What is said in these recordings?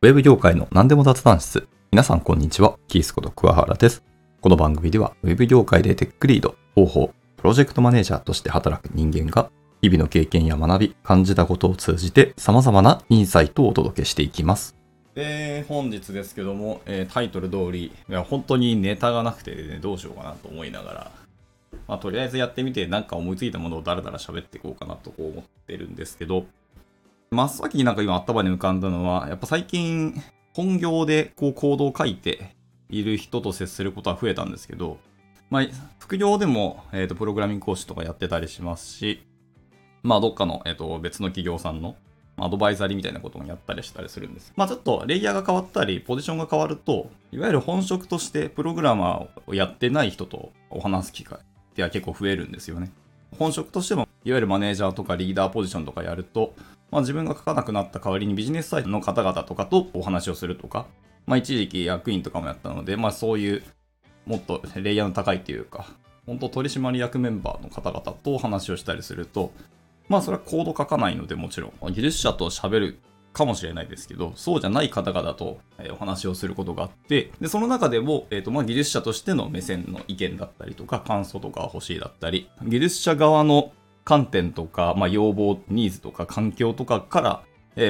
ウェブ業界の何でも雑談室。皆さんこんにちは。キースこと桑原です。この番組ではウェブ業界でテックリード、広報、プロジェクトマネージャーとして働く人間が日々の経験や学び、感じたことを通じて様々なインサイトをお届けしていきます。本日ですけども、タイトル通り、本当にネタがなくて、ね、どうしようかなと思いながら、とりあえずやってみてなんか思いついたものをだらだら喋っていこうかなと思ってるんですけど、真っ先になんか今頭に浮かんだのは、やっぱ最近本業でこうコードを書いている人と接することは増えたんですけど、副業でも、プログラミング講師とかやってたりしますし、どっかの、別の企業さんのアドバイザリーみたいなこともやったりしたりするんです。ちょっとレイヤーが変わったり、ポジションが変わると、いわゆる本職としてプログラマーをやってない人とお話す機会って結構増えるんですよね。本職としても、いわゆるマネージャーとかリーダーポジションとかやると、自分が書かなくなった代わりにビジネスサイドの方々とかとお話をするとか、一時期役員とかもやったので、そういうもっとレイヤーの高いというか、本当取締役メンバーの方々とお話をしたりすると、それはコード書かないのでもちろん、技術者と喋るかもしれないですけど、そうじゃない方々とお話をすることがあって、で、その中でも、技術者としての目線の意見だったりとか、感想とか欲しいだったり、技術者側の観点とか、要望、ニーズとか環境とかから、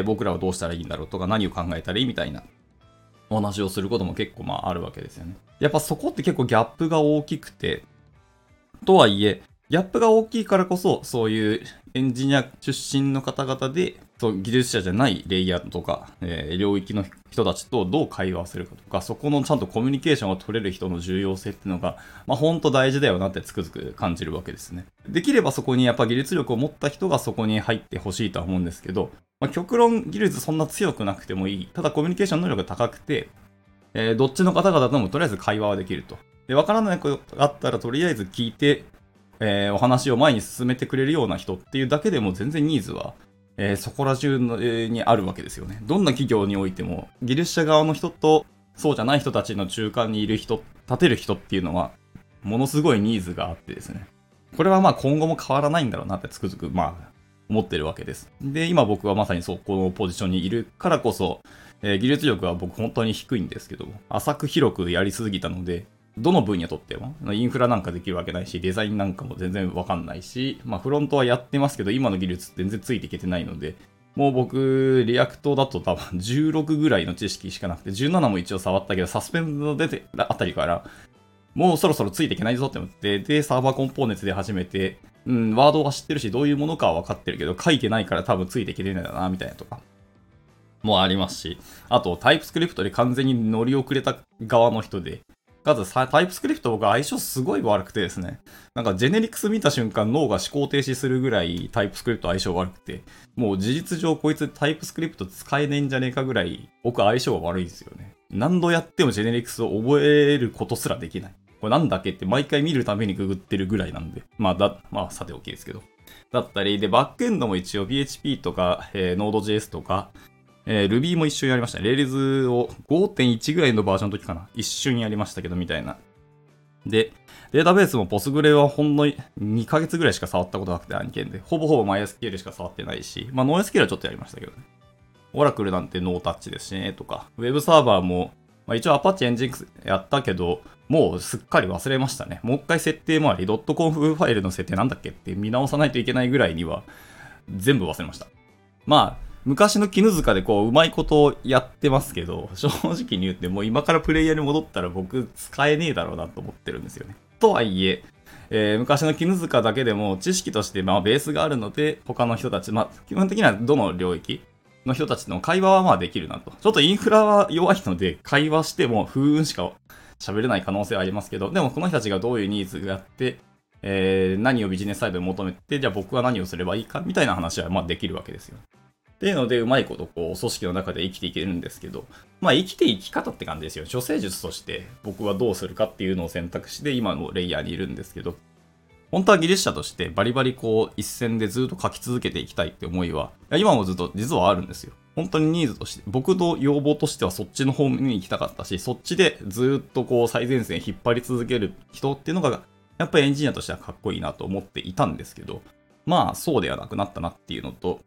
僕らはどうしたらいいんだろうとか、何を考えたらいいみたいなお話をすることも結構あるわけですよね。やっぱそこって結構ギャップが大きくて、とはいえ、ギャップが大きいからこそ、そういうエンジニア出身の方々で、技術者じゃないレイヤーとか、領域の人たちとどう会話するかとか、そこのちゃんとコミュニケーションが取れる人の重要性っていうのが、本当大事だよなってつくづく感じるわけですね。できればそこにやっぱ技術力を持った人がそこに入ってほしいとは思うんですけど、極論技術そんな強くなくてもいい。ただコミュニケーション能力が高くて、どっちの方々ともとりあえず会話はできると。で、わからないことがあったらとりあえず聞いて、お話を前に進めてくれるような人っていうだけでも全然ニーズは、そこら中にあるわけですよね。どんな企業においても技術者側の人とそうじゃない人たちの中間にいる人、立てる人っていうのはものすごいニーズがあってですね。これは今後も変わらないんだろうなってつくづく思ってるわけです。で、今僕はまさにそこのポジションにいるからこそ、技術力は僕本当に低いんですけど、浅く広くやりすぎたので、どの分野とっても、インフラなんかできるわけないし、デザインなんかも全然わかんないし、フロントはやってますけど、今の技術全然ついていけてないので、もう僕、リアクトだと多分16ぐらいの知識しかなくて、17も一応触ったけど、サスペンド出てあたりから、もうそろそろついていけないぞって思って、で、サーバーコンポーネンツで始めて、ワードは知ってるし、どういうものかは分かってるけど、書いてないから多分ついていけてないんだな、みたいなとか。もありますし、あとタイプスクリプトで完全に乗り遅れた側の人で、かつタイプスクリプトが相性すごい悪くてですね、なんかジェネリクス見た瞬間脳が思考停止するぐらいタイプスクリプト相性悪くて、もう事実上こいつタイプスクリプト使えねえんじゃねえかぐらい僕相性が悪いんですよね。何度やってもジェネリクスを覚えることすらできない。これなんだっけって毎回見るためにググってるぐらいなんで、さておきですけど。だったり、で、バックエンドも一応 PHP とか、Node.js とか、Ruby も一緒にやりましたね。Rails を 5.1 ぐらいのバージョンの時かな。一瞬やりましたけど、みたいな。で、データベースも Postgre はほんの2ヶ月ぐらいしか触ったことなくて、案件で。ほぼほぼ MySQL しか触ってないし、NoSQL はちょっとやりましたけどね。Oracle なんてノータッチですしね、とか。Web サーバーも、一応 Apache Nginx やったけど、もうすっかり忘れましたね。もう一回設定もあり、.conf ファイルの設定なんだっけって見直さないといけないぐらいには、全部忘れました。昔の絹塚でうまいことやってますけど、正直に言ってもう今からプレイヤーに戻ったら僕使えねえだろうなと思ってるんですよね。とはいえ、昔の絹塚だけでも知識としてベースがあるので、他の人たち、基本的にはどの領域の人たちの会話はできるなと。ちょっとインフラは弱いので、会話しても不運しか喋れない可能性はありますけど、でもこの人たちがどういうニーズがあって、何をビジネスサイドに求めて、じゃあ僕は何をすればいいかみたいな話はできるわけですよ。っていうので、うまいこと組織の中で生きていけるんですけど、生きていき方って感じですよ。処世術として僕はどうするかっていうのを選択して今のレイヤーにいるんですけど、本当は技術者としてバリバリ一線でずっと書き続けていきたいって思いは、今もずっと実はあるんですよ。本当にニーズとして、僕の要望としてはそっちの方面に行きたかったし、そっちでずっと最前線引っ張り続ける人っていうのが、やっぱりエンジニアとしてはかっこいいなと思っていたんですけど、そうではなくなったなっていうのと、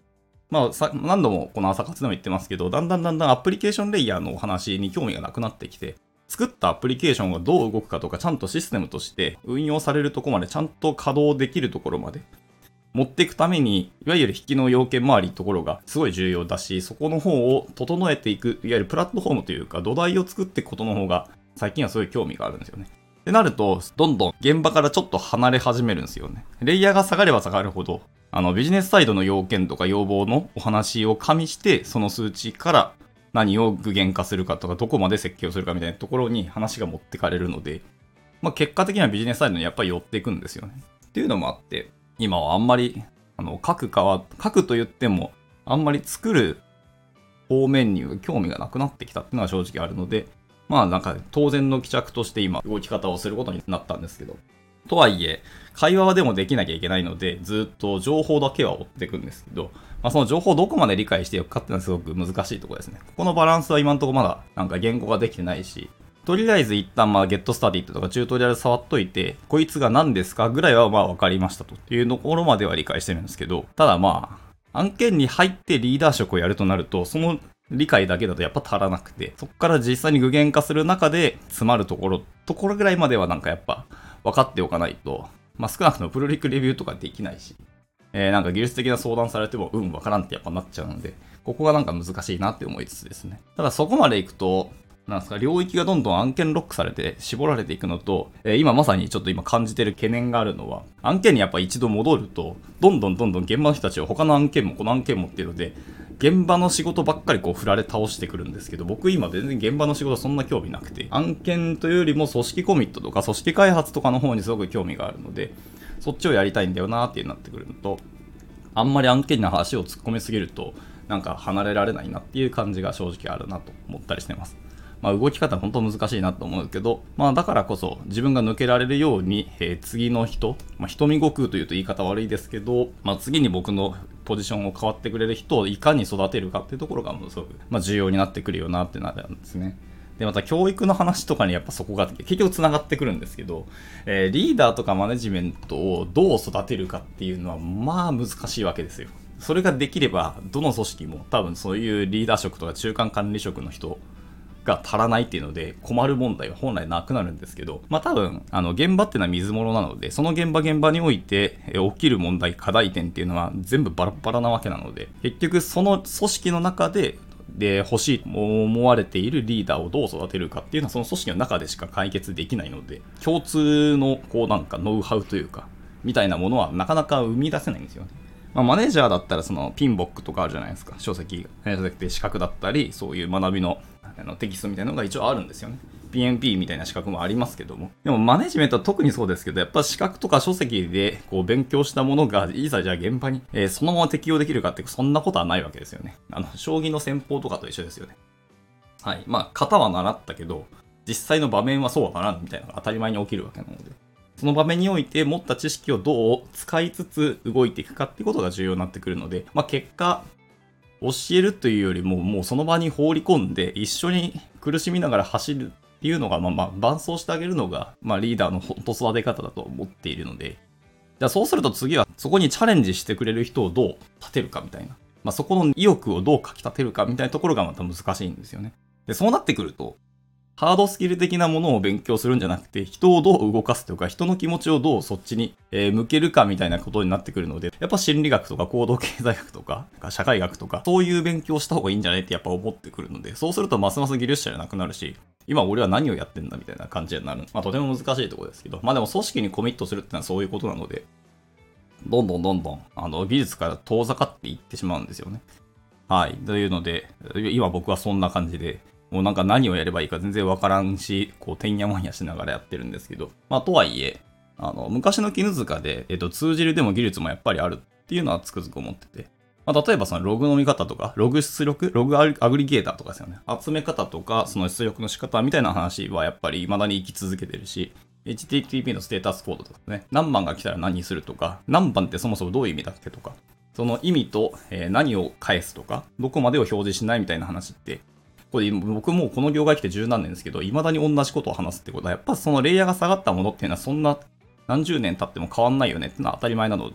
何度もこの朝活でも言ってますけど、だんだんアプリケーションレイヤーのお話に興味がなくなってきて、作ったアプリケーションがどう動くかとか、ちゃんとシステムとして運用されるところまで、ちゃんと稼働できるところまで持っていくために、いわゆる引きの要件周りのところがすごい重要だし、そこの方を整えていく、いわゆるプラットフォームというか土台を作っていくことの方が最近はすごい興味があるんですよね。ってなると、どんどん現場からちょっと離れ始めるんですよね。レイヤーが下がれば下がるほど、ビジネスサイドの要件とか要望のお話を加味して、その数値から何を具現化するかとか、どこまで設計をするかみたいなところに話が持ってかれるので、結果的にはビジネスサイドにやっぱり寄っていくんですよね。っていうのもあって、今はあんまり、書くと言っても、あんまり作る方面に興味がなくなってきたっていうのは正直あるので、当然の帰着として今動き方をすることになったんですけど、とはいえ会話はでもできなきゃいけないので、ずっと情報だけは追っていくんですけど、その情報をどこまで理解していくかっていうのはすごく難しいところですね。ここのバランスは今のところまだ言語ができてないし、とりあえず一旦ゲットスタディとかチュートリアル触っといて、こいつが何ですかぐらいは分かりましたというところまでは理解してるんですけど、ただ案件に入ってリーダー職をやるとなると、その理解だけだとやっぱ足らなくて、そこから実際に具現化する中で詰まるところぐらいまではやっぱ分かっておかないと、少なくともプロリクレビューとかできないし、技術的な相談されても分からんってやっぱなっちゃうので、ここが難しいなって思いつつですね。ただそこまでいくと、領域がどんどん案件ロックされて絞られていくのと、今まさにちょっと今感じてる懸念があるのは、案件にやっぱ一度戻ると、どんどん現場の人たちは他の案件もこの案件もっていうので、現場の仕事ばっかり振られ倒してくるんですけど、僕今全然現場の仕事そんな興味なくて、案件というよりも組織コミットとか組織開発とかの方にすごく興味があるので、そっちをやりたいんだよなってなってくるのと、あんまり案件の話を突っ込みすぎると、離れられないなっていう感じが正直あるなと思ったりしてます。動き方本当難しいなと思うけど、だからこそ自分が抜けられるように、次の人、瞳悟空というと言い方悪いですけど、次に僕のポジションを変わってくれる人をいかに育てるかっていうところがすごく、重要になってくるよなってなるんですね。で、また教育の話とかにやっぱそこが結局繋がってくるんですけど、リーダーとかマネジメントをどう育てるかっていうのは難しいわけですよ。それができれば、どの組織も多分そういうリーダー職とか中間管理職の人が足らないっていうので困る問題は本来なくなるんですけど、多分現場っていうのは水物なので、その現場において起きる問題、課題点っていうのは全部バラバラなわけなので、結局その組織の中で欲しいと思われているリーダーをどう育てるかっていうのはその組織の中でしか解決できないので、共通のノウハウというかみたいなものはなかなか生み出せないんですよね。マネージャーだったらそのピンボックとかあるじゃないですか。書籍で資格だったり、そういう学びのテキストみたいなのが一応あるんですよね。PMP みたいな資格もありますけども。でもマネジメントは特にそうですけど、やっぱ資格とか書籍で勉強したものがいざじゃあ現場に、そのまま適用できるかってそんなことはないわけですよね。将棋の戦法とかと一緒ですよね。はい。型は習ったけど、実際の場面はそうはならんみたいなのが当たり前に起きるわけなので。その場面において持った知識をどう使いつつ動いていくかってことが重要になってくるので、結果、教えるというよりも、もうその場に放り込んで一緒に苦しみながら走るっていうのが、伴走してあげるのが、リーダーの本当育て方だと思っているので、じゃあそうすると次はそこにチャレンジしてくれる人をどう立てるかみたいな、そこの意欲をどうかき立てるかみたいなところがまた難しいんですよね。で、そうなってくると、ハードスキル的なものを勉強するんじゃなくて、人をどう動かすとか、人の気持ちをどうそっちに向けるかみたいなことになってくるので、やっぱ心理学とか行動経済学とか、社会学とか、そういう勉強した方がいいんじゃないってやっぱ思ってくるので、そうするとますます技術者じゃなくなるし、今俺は何をやってんだみたいな感じになる。とても難しいところですけど、でも組織にコミットするってのはそういうことなので、どんどん技術から遠ざかっていってしまうんですよね。はい。というので、今僕はそんな感じで、もう何をやればいいか全然わからんし、てんやわんやしながらやってるんですけど、とはいえ、昔の絹塚で、通じるでも技術もやっぱりあるっていうのはつくづく思ってて、例えばそのログの見方とか、ログ出力、ログアグリゲーターとかですよね。集め方とか、その出力の仕方みたいな話はやっぱり未だに生き続けてるし、HTTP のステータスコードとかね、何番が来たら何するとか、何番ってそもそもどういう意味だっけとか、その意味と、何を返すとか、どこまでを表示しないみたいな話って、これ僕もうこの業界来て十何年ですけど、未だに同じことを話すってことは、やっぱそのレイヤーが下がったものっていうのはそんな何十年経っても変わんないよねってのは当たり前なので、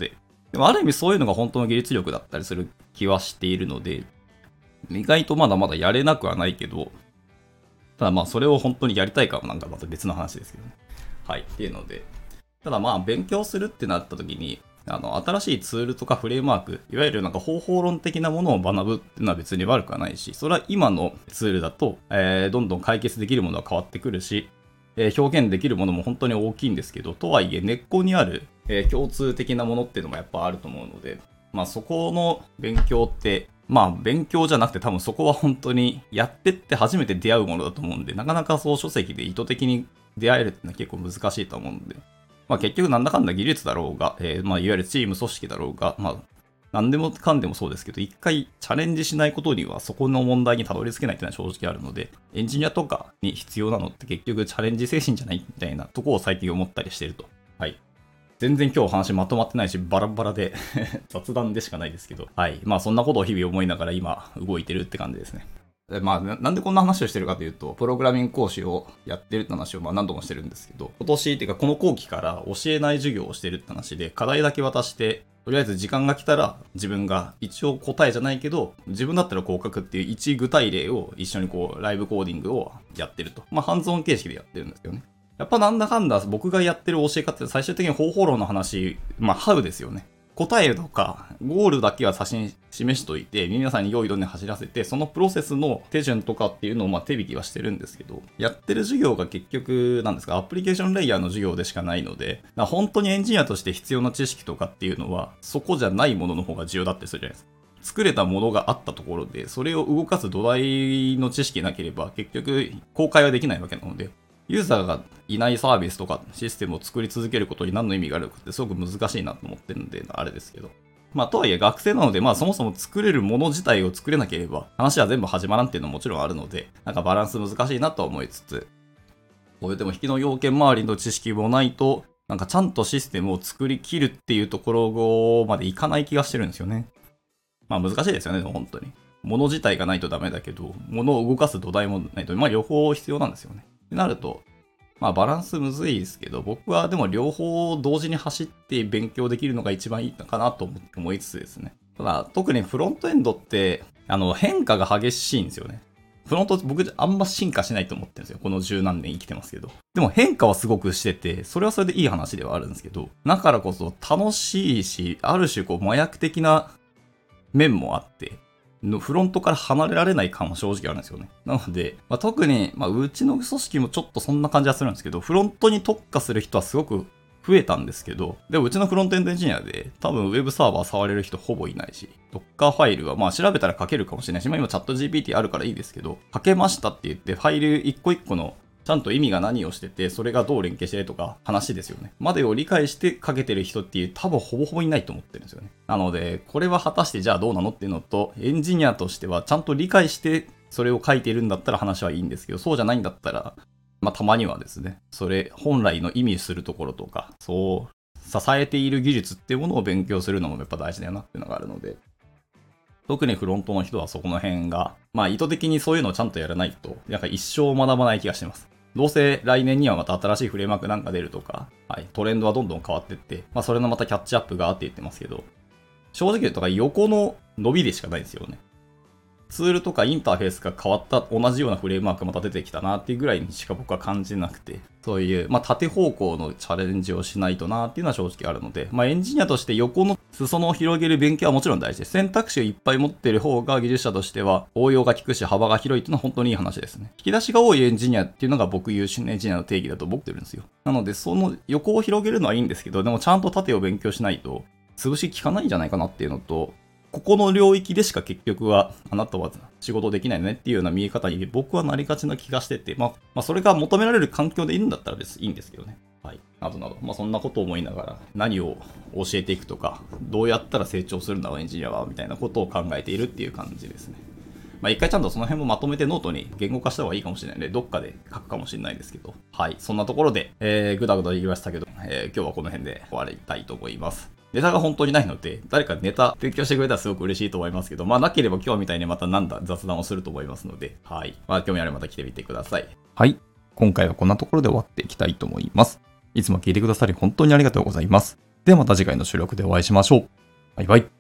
でもある意味そういうのが本当の技術力だったりする気はしているので、意外とまだまだやれなくはないけど、ただまあそれを本当にやりたいかはなんかまた別の話ですけどね。はい。っていうので、ただまあ勉強するってなった時に、新しいツールとかフレームワーク、いわゆるなんか方法論的なものを学ぶっていうのは別に悪くはないし、それは今のツールだと、どんどん解決できるものは変わってくるし、表現できるものも本当に大きいんですけど、とはいえ根っこにある、共通的なものっていうのもやっぱあると思うので、まあそこの勉強って、まあ勉強じゃなくて多分そこは本当にやってって初めて出会うものだと思うんで、なかなかそう書籍で意図的に出会えるってのは結構難しいと思うんで、まあ結局なんだかんだ技術だろうが、まあいわゆるチーム組織だろうが、まあ何でもかんでもそうですけど、一回チャレンジしないことにはそこの問題にたどり着けないっていうのは正直あるので、エンジニアとかに必要なのって結局チャレンジ精神じゃないみたいなところを最近思ったりしてると。はい。全然今日話まとまってないし、バラバラで雑談でしかないですけど、はい。まあそんなことを日々思いながら今動いてるって感じですね。まあなんでこんな話をしてるかというと、プログラミング講師をやってるって話をまあ何度もしてるんですけど、今年っていうかこの後期から教えない授業をしてるって話で、課題だけ渡して、とりあえず時間が来たら自分が一応答えじゃないけど、自分だったらこう書くっていう一具体例を一緒にこうライブコーディングをやってると。まあハンズオン形式でやってるんですけどね。やっぱなんだかんだ僕がやってる教え方って最終的に方法論の話、まあハウですよね。答えとかゴールだけは示しといて皆さんに良い度に走らせて、そのプロセスの手順とかっていうのをまあ手引きはしてるんですけど、やってる授業が結局なんですか、アプリケーションレイヤーの授業でしかないので、本当にエンジニアとして必要な知識とかっていうのはそこじゃないものの方が重要だったりするじゃないですか。作れたものがあったところで、それを動かす土台の知識なければ結局公開はできないわけなので、ユーザーがいないサービスとかシステムを作り続けることに何の意味があるかってすごく難しいなと思ってるんで、あれですけど。まあ、とはいえ学生なので、まあそもそも作れるもの自体を作れなければ、話は全部始まらんっていうのももちろんあるので、なんかバランス難しいなと思いつつ、こういうでも引きの要件周りの知識もないと、なんかちゃんとシステムを作りきるっていうところまでいかない気がしてるんですよね。まあ難しいですよね、でも本当に。物自体がないとダメだけど、物を動かす土台もないと、まあ両方必要なんですよね。ってなると、まあバランスむずいですけど、僕はでも両方同時に走って勉強できるのが一番いいのかなと思いつつですね。ただ、特にフロントエンドって、変化が激しいんですよね。フロント僕あんま進化しないと思ってるんですよ。この十何年生きてますけど。でも変化はすごくしてて、それはそれでいい話ではあるんですけど、だからこそ楽しいし、ある種こう麻薬的な面もあって、フロントから離れられない感は正直あるんですよね。なので、特に、うちの組織もちょっとそんな感じはするんですけど、フロントに特化する人はすごく増えたんですけど、でもうちのフロントエンドエンジニアで多分ウェブサーバー触れる人ほぼいないし、Docker ファイルは調べたら書けるかもしれないし、今チャット GPT あるからいいですけど、書けましたって言ってファイル一個一個のちゃんと意味が何をしてて、それがどう連携してとか話ですよね。までを理解してかけてる人っていう多分ほぼほぼいないと思ってるんですよね。なので、これは果たしてじゃあどうなのっていうのと、エンジニアとしてはちゃんと理解してそれを書いているんだったら話はいいんですけど、そうじゃないんだったら、たまにはですね、それ本来の意味するところとか、そう支えている技術っていうものを勉強するのもやっぱ大事だよなっていうのがあるので、特にフロントの人はそこの辺が、意図的にそういうのをちゃんとやらないと、なんか一生学ばない気がしてます。どうせ来年にはまた新しいフレームワークなんか出るとか、トレンドはどんどん変わっていって、それのまたキャッチアップがあって言ってますけど、正直言うと横の伸びでしかないですよね。ツールとかインターフェースが変わった同じようなフレームワークまた出てきたなっていうぐらいにしか僕は感じなくて、そういう、縦方向のチャレンジをしないとなっていうのは正直あるので、エンジニアとして横の裾野を広げる勉強はもちろん大事です。選択肢をいっぱい持ってる方が技術者としては応用が効くし幅が広いっていうのは本当にいい話ですね。引き出しが多いエンジニアっていうのが僕優秀なエンジニアの定義だと思ってるんですよ。なのでその横を広げるのはいいんですけど、でもちゃんと縦を勉強しないと潰し効かないんじゃないかなっていうのと、ここの領域でしか結局はあなたは仕事できないねっていうような見え方に僕はなりがちな気がしてて、それが求められる環境でいるんだったら別にいいんですけどね。はい。などなど、そんなことを思いながら何を教えていくとか、どうやったら成長するんだろうエンジニアはみたいなことを考えているっていう感じですね。一回ちゃんとその辺もまとめてノートに言語化した方がいいかもしれないので、どっかで書くかもしれないですけど。はい。そんなところで、ぐだぐだ言いましたけど、今日はこの辺で終わりたいと思います。ネタが本当にないので、誰かネタ提供してくれたらすごく嬉しいと思いますけど、なければ今日みたいにまた雑談をすると思いますので、はい。興味あればまた来てみてください。はい。今回はこんなところで終わっていきたいと思います。いつも聞いてくださり本当にありがとうございます。 ではまた次回の収録でお会いしましょう。バイバイ。